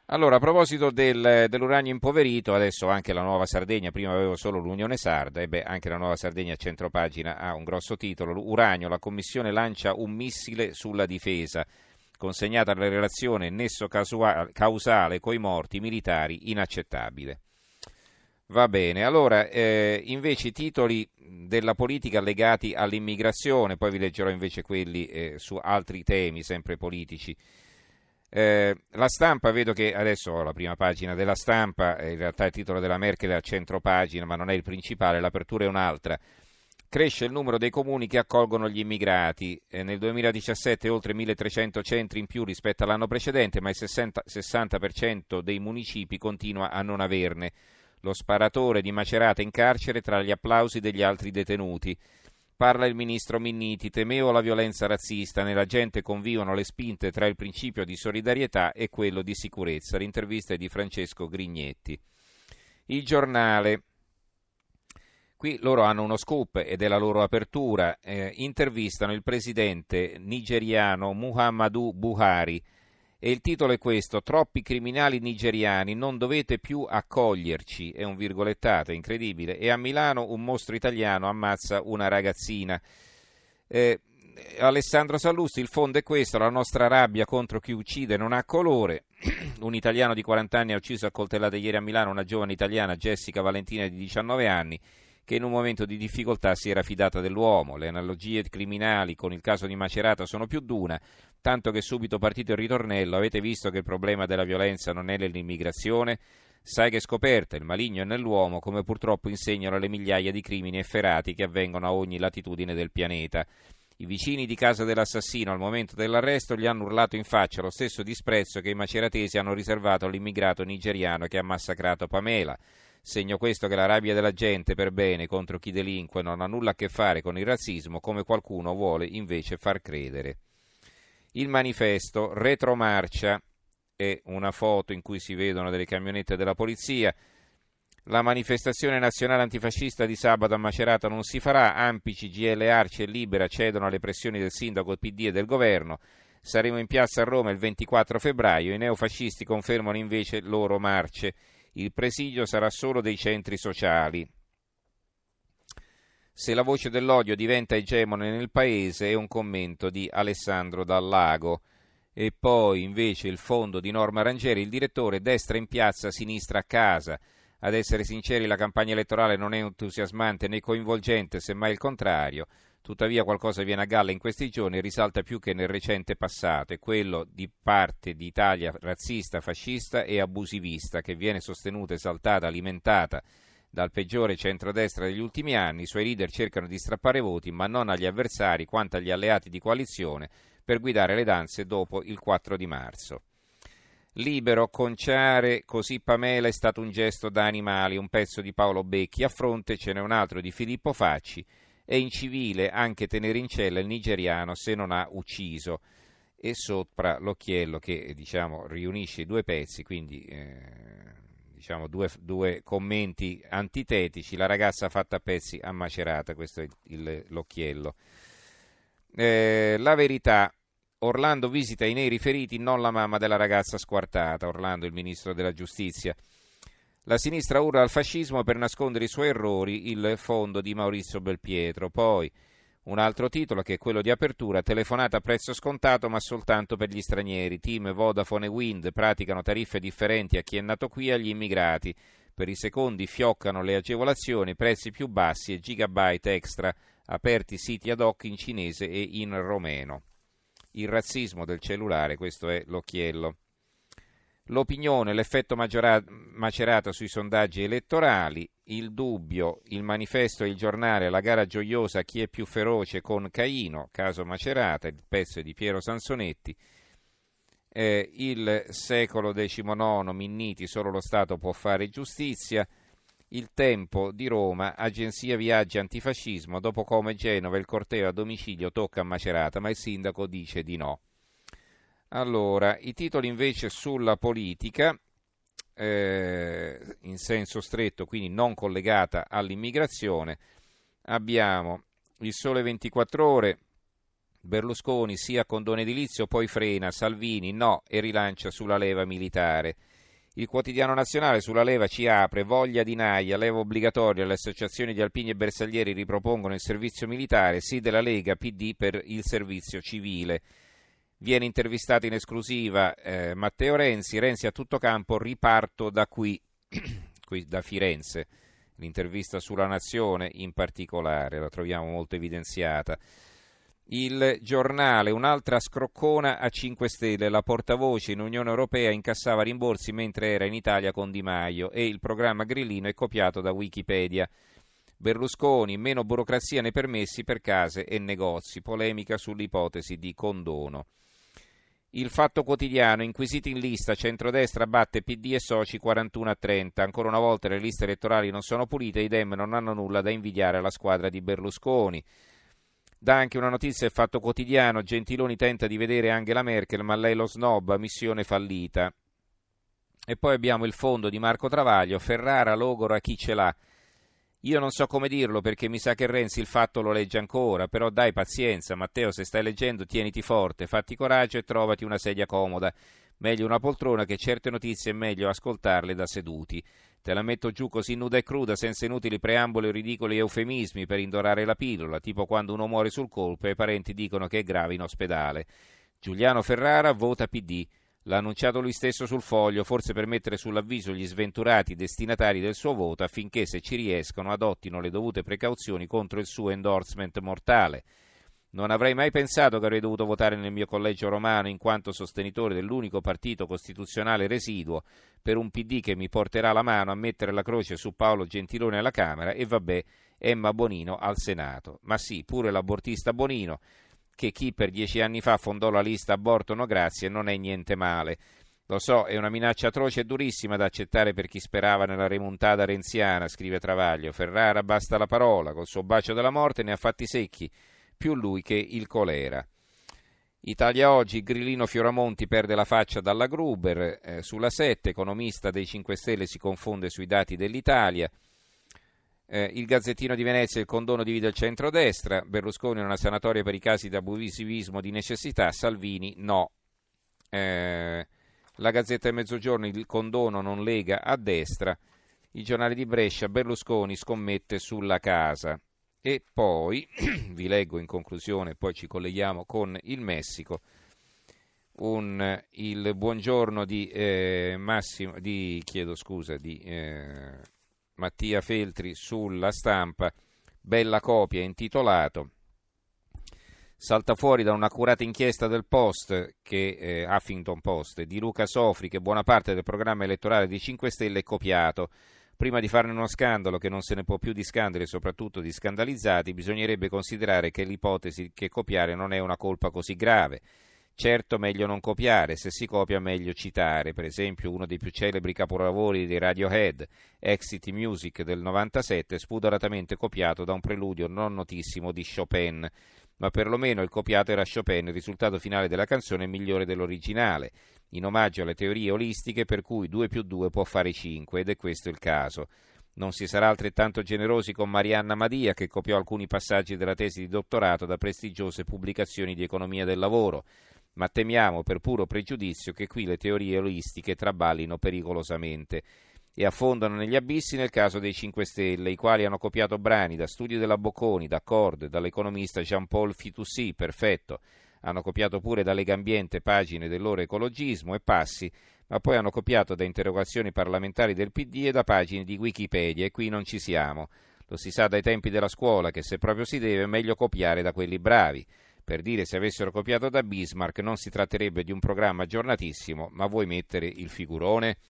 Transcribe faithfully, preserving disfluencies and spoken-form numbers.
Allora, a proposito del, dell'uranio impoverito, adesso anche la Nuova Sardegna, prima avevo solo l'Unione Sarda, e beh, anche la Nuova Sardegna a centropagina ha un grosso titolo, Uranio, la Commissione lancia un missile sulla difesa, consegnata la relazione nesso casua- causale coi morti militari, inaccettabile. Va bene, allora eh, invece i titoli della politica legati all'immigrazione, poi vi leggerò invece quelli eh, su altri temi sempre politici. Eh, la Stampa, vedo che adesso ho la prima pagina della Stampa, eh, in realtà il titolo della Merkel è a centropagina, ma non è il principale, l'apertura è un'altra. Cresce il numero dei comuni che accolgono gli immigrati, eh, nel duemiladiciassette oltre milletrecento centri in più rispetto all'anno precedente, ma il sessanta, sessanta per cento dei municipi continua a non averne. Lo sparatore di Macerata in carcere tra gli applausi degli altri detenuti. Parla il ministro Minniti, temevo la violenza razzista, nella gente convivono le spinte tra il principio di solidarietà e quello di sicurezza. L'intervista è di Francesco Grignetti. Il Giornale, qui loro hanno uno scoop ed è la loro apertura, eh, intervistano il presidente nigeriano Muhammadu Buhari e il titolo è questo: troppi criminali nigeriani, non dovete più accoglierci, è un virgolettato incredibile, e a Milano un mostro italiano ammazza una ragazzina. Eh, Alessandro Sallusti, il fondo è questo: la nostra rabbia contro chi uccide non ha colore. Un italiano di quaranta anni ha ucciso a coltellate ieri a Milano una giovane italiana, Jessica Valentina di diciannove anni, che in un momento di difficoltà si era fidata dell'uomo. Le analogie criminali con il caso di Macerata sono più d'una, tanto che subito partito il ritornello: avete visto che il problema della violenza non è nell'immigrazione? Sai che scoperta, il maligno è nell'uomo, come purtroppo insegnano le migliaia di crimini efferati che avvengono a ogni latitudine del pianeta. I vicini di casa dell'assassino al momento dell'arresto gli hanno urlato in faccia lo stesso disprezzo che i maceratesi hanno riservato all'immigrato nigeriano che ha massacrato Pamela. Segno questo che la rabbia della gente per bene contro chi delinque non ha nulla a che fare con il razzismo, come qualcuno vuole invece far credere. Il Manifesto, retromarcia, è una foto in cui si vedono delle camionette della polizia. La manifestazione nazionale antifascista di sabato a Macerata non si farà, Ampi, C G I L, Arci e Libera cedono alle pressioni del sindaco, P D e del governo. Saremo in piazza a Roma il ventiquattro febbraio, i neofascisti confermano invece loro marce. Il presidio sarà solo dei centri sociali. Se la voce dell'odio diventa egemone nel paese, è un commento di Alessandro Dallago. E poi invece il fondo di Norma Rangieri, il direttore: destra in piazza, sinistra a casa. Ad essere sinceri, la campagna elettorale non è entusiasmante né coinvolgente, semmai il contrario. Tuttavia qualcosa viene a galla in questi giorni e risalta più che nel recente passato, è quello di parte di Italia razzista, fascista e abusivista, che viene sostenuta, esaltata, alimentata dal peggiore centrodestra degli ultimi anni. I suoi leader cercano di strappare voti, ma non agli avversari quanto agli alleati di coalizione, per guidare le danze dopo il quattro di marzo. Libero, conciare così Pamela è stato un gesto da animali, un pezzo di Paolo Becchi. A fronte ce n'è un altro di Filippo Facci: è incivile anche tenere in cella il nigeriano se non ha ucciso. E sopra l'occhiello che, diciamo, riunisce i due pezzi, quindi eh, diciamo due, due commenti antitetici: la ragazza fatta a pezzi a Macerata, questo è il, il, l'occhiello. Eh, la Verità, Orlando visita i neri feriti, non la mamma della ragazza squartata. Orlando, il ministro della giustizia. La sinistra urla al fascismo per nascondere i suoi errori, il fondo di Maurizio Belpietro. Poi un altro titolo, che è quello di apertura: telefonata a prezzo scontato ma soltanto per gli stranieri. Team, Vodafone e Wind praticano tariffe differenti a chi è nato qui e agli immigrati. Per i secondi fioccano le agevolazioni, prezzi più bassi e gigabyte extra, aperti siti ad hoc in cinese e in romeno. Il razzismo del cellulare, questo è l'occhiello. L'Opinione, l'effetto Macerata sui sondaggi elettorali. Il Dubbio, il Manifesto e il Giornale, la gara gioiosa, chi è più feroce con Caino, caso Macerata, il pezzo è di Piero Sansonetti. Eh, il Secolo diciannove, Minniti, solo lo Stato può fare giustizia. Il Tempo di Roma, agenzia viaggi antifascismo, dopo Como e Genova il corteo a domicilio tocca a Macerata, ma il sindaco dice di no. Allora, i titoli invece sulla politica, eh, in senso stretto, quindi non collegata all'immigrazione, abbiamo il Sole ventiquattro Ore, Berlusconi sia condono edilizio, poi frena, Salvini no e rilancia sulla leva militare. Il Quotidiano Nazionale sulla leva ci apre, voglia di Naia, leva obbligatoria, le associazioni di alpini e bersaglieri ripropongono il servizio militare, sì della Lega, P D per il servizio civile. Viene intervistato in esclusiva eh, Matteo Renzi, Renzi a tutto campo, riparto da qui, qui da Firenze. L'intervista sulla Nazione in particolare, la troviamo molto evidenziata. Il Giornale, un'altra scroccona a cinque Stelle, la portavoce in Unione Europea incassava rimborsi mentre era in Italia con Di Maio e il programma grillino è copiato da Wikipedia. Berlusconi, meno burocrazia nei permessi per case e negozi, polemica sull'ipotesi di condono. Il Fatto Quotidiano, inquisiti in lista, centrodestra batte P D e soci quarantuno a trenta, ancora una volta le liste elettorali non sono pulite, i Dem non hanno nulla da invidiare alla squadra di Berlusconi. Dà anche una notizia il Fatto Quotidiano, Gentiloni tenta di vedere Angela Merkel ma lei lo snobba, missione fallita. E poi abbiamo il fondo di Marco Travaglio, Ferrara, Logora, chi ce l'ha? Io non so come dirlo perché mi sa che Renzi il Fatto lo legge ancora, però dai pazienza, Matteo, se stai leggendo tieniti forte, fatti coraggio e trovati una sedia comoda. Meglio una poltrona che certe notizie è meglio ascoltarle da seduti. Te la metto giù così nuda e cruda, senza inutili preamboli o ridicoli eufemismi per indorare la pillola, tipo quando uno muore sul colpo e i parenti dicono che è grave in ospedale. Giuliano Ferrara vota P D. L'ha annunciato lui stesso sul Foglio, forse per mettere sull'avviso gli sventurati destinatari del suo voto affinché, se ci riescono, adottino le dovute precauzioni contro il suo endorsement mortale. Non avrei mai pensato che avrei dovuto votare nel mio collegio romano in quanto sostenitore dell'unico partito costituzionale residuo per un P D che mi porterà la mano a mettere la croce su Paolo Gentiloni alla Camera e vabbè, Emma Bonino al Senato. Ma sì, pure l'abortista Bonino, che chi per dieci anni fa fondò la lista aborto no grazie, non è niente male. Lo so, è una minaccia atroce e durissima da accettare per chi sperava nella remontata renziana, scrive Travaglio. Ferrara basta la parola, col suo bacio della morte ne ha fatti secchi, più lui che il colera. Italia Oggi, Grillino Fioramonti perde la faccia dalla Gruber, eh, sulla sette, economista dei cinque Stelle si confonde sui dati dell'Italia. Eh, il Gazzettino di Venezia, il condono divide il centrodestra, Berlusconi una sanatoria per i casi di abusivismo di necessità, Salvini no. Eh, la Gazzetta del Mezzogiorno, il condono non lega a destra, il Giornale di Brescia, Berlusconi scommette sulla casa. E poi, vi leggo in conclusione, poi ci colleghiamo con il Messico, un, il buongiorno di, eh, Massimo, di, chiedo scusa, di eh, Mattia Feltri sulla Stampa, bella copia, intitolato salta fuori da un'accurata inchiesta del Post, che eh, Huffington Post, di Luca Sofri, che buona parte del programma elettorale dei cinque Stelle è copiato. Prima di farne uno scandalo, che non se ne può più di scandali e soprattutto di scandalizzati, bisognerebbe considerare che l'ipotesi che copiare non è una colpa così grave. Certo, meglio non copiare, se si copia meglio citare, per esempio uno dei più celebri capolavori dei Radiohead, Exit Music del novantasette, spudoratamente copiato da un preludio non notissimo di Chopin, ma perlomeno il copiato era Chopin, il risultato finale della canzone è migliore dell'originale, in omaggio alle teorie olistiche per cui due più due può fare cinque, ed è questo il caso. Non si sarà altrettanto generosi con Marianna Madia, che copiò alcuni passaggi della tesi di dottorato da prestigiose pubblicazioni di economia del lavoro, ma temiamo per puro pregiudizio che qui le teorie olistiche traballino pericolosamente e affondano negli abissi nel caso dei cinque Stelle, i quali hanno copiato brani da Studio della Bocconi, da Cord, dall'economista Jean-Paul Fitoussi, perfetto, hanno copiato pure da Legambiente pagine del loro ecologismo e passi, ma poi hanno copiato da interrogazioni parlamentari del P D e da pagine di Wikipedia, e qui non ci siamo. Lo si sa dai tempi della scuola che se proprio si deve è meglio copiare da quelli bravi. Per dire, se avessero copiato da Bismarck non si tratterebbe di un programma aggiornatissimo, ma vuoi mettere il figurone?